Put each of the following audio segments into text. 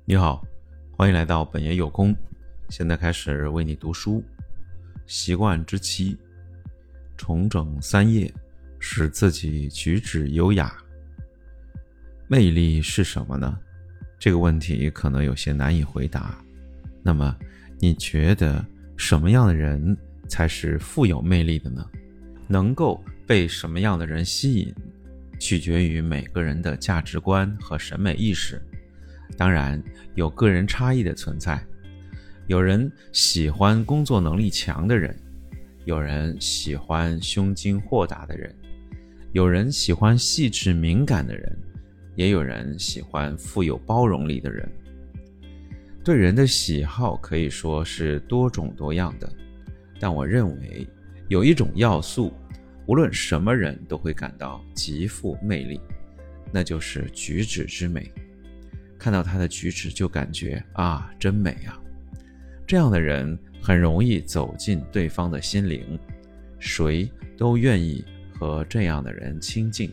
你好，欢迎来到本爷有空。现在开始为你读书。习惯之七，重整三业，使自己举止优雅。魅力是什么呢？这个问题可能有些难以回答。那么，你觉得什么样的人才是富有魅力的呢？能够被什么样的人吸引，取决于每个人的价值观和审美意识。当然，有个人差异的存在。有人喜欢工作能力强的人，有人喜欢胸襟豁达的人，有人喜欢细致敏感的人，也有人喜欢富有包容力的人。对人的喜好可以说是多种多样的，但我认为有一种要素，无论什么人都会感到极富魅力，那就是举止之美。看到他的举止就感觉真美啊！这样的人很容易走进对方的心灵，谁都愿意和这样的人亲近。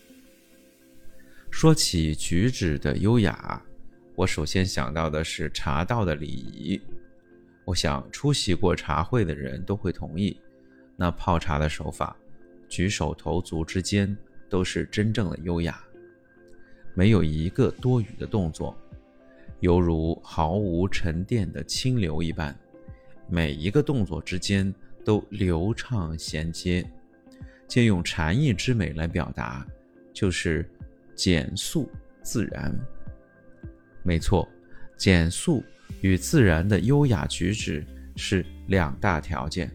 说起举止的优雅，我首先想到的是茶道的礼仪。我想出席过茶会的人都会同意，那泡茶的手法，举手投足之间都是真正的优雅，没有一个多余的动作，犹如毫无沉淀的清流一般，每一个动作之间都流畅衔接。借用禅意之美来表达，就是简素自然。没错，简素与自然的优雅举止是两大条件。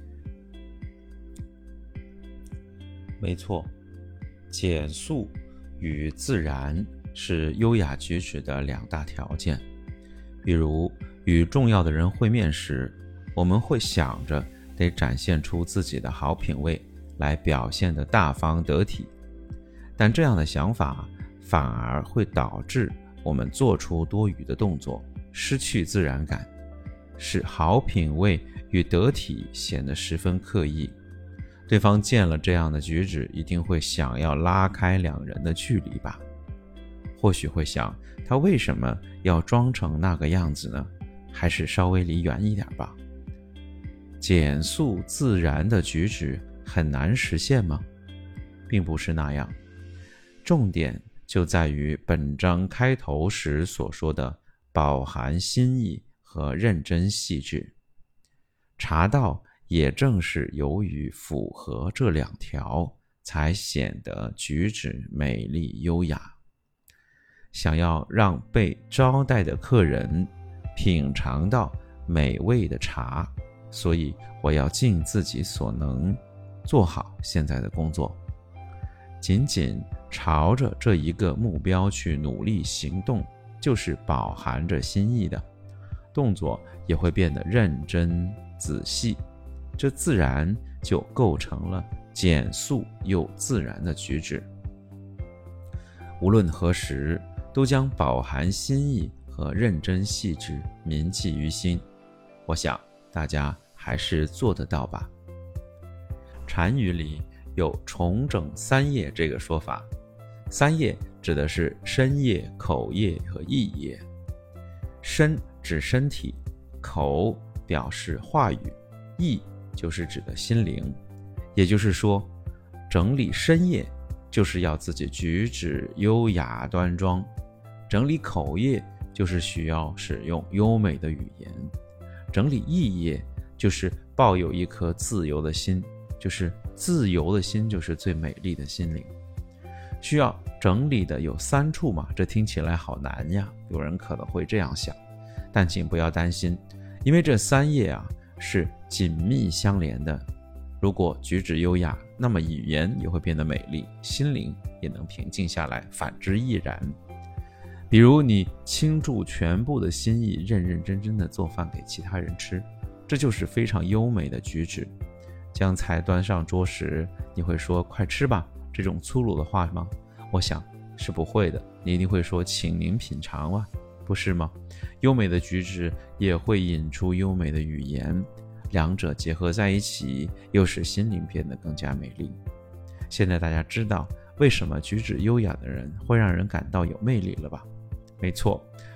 没错，简素与自然是优雅举止的两大条件。比如与重要的人会面时，我们会想着得展现出自己的好品味，来表现得大方得体，但这样的想法反而会导致我们做出多余的动作，失去自然感，使好品味与得体显得十分刻意。对方见了这样的举止，一定会想要拉开两人的距离吧？或许会想，他为什么要装成那个样子呢？还是稍微离远一点吧。简素自然的举止很难实现吗？并不是那样。重点就在于本章开头时所说的饱含心意和认真细致。茶道也正是由于符合这两条，才显得举止美丽优雅。想要让被招待的客人品尝到美味的茶，所以我要尽自己所能，做好现在的工作。仅仅朝着这一个目标去努力行动，就是饱含着心意的，动作也会变得认真仔细，这自然就构成了简素又自然的举止。无论何时，都将饱含心意和认真细致铭记于心。我想大家还是做得到吧。禅语里有重整三业这个说法，三业指的是身业、口业和意业。身指身体，口表示话语，意就是指的心灵。也就是说，整理身业就是要自己举止优雅端庄，整理口业就是需要使用优美的语言，整理意业就是抱有一颗自由的心，就是自由的心就是最美丽的心灵。需要整理的有三处嘛，这听起来好难呀，有人可能会这样想，但请不要担心，因为这三业是紧密相连的。如果举止优雅，那么语言也会变得美丽，心灵也能平静下来，反之亦然。比如你倾注全部的心意，认认真真的做饭给其他人吃，这就是非常优美的举止。将菜端上桌时，你会说快吃吧，这种粗鲁的话吗？我想是不会的，你一定会说请您品尝吧，不是吗？优美的举止也会引出优美的语言，两者结合在一起，又使心灵变得更加美丽。现在大家知道为什么举止优雅的人会让人感到有魅力了吧？没错，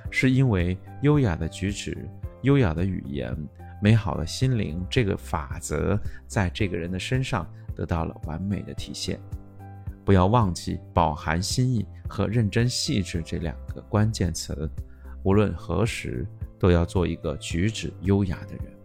是因为优雅的举止、优雅的语言、美好的心灵这个法则在这个人的身上得到了完美的体现。不要忘记饱含心意和认真细致这2个关键词，无论何时都要做一个举止优雅的人。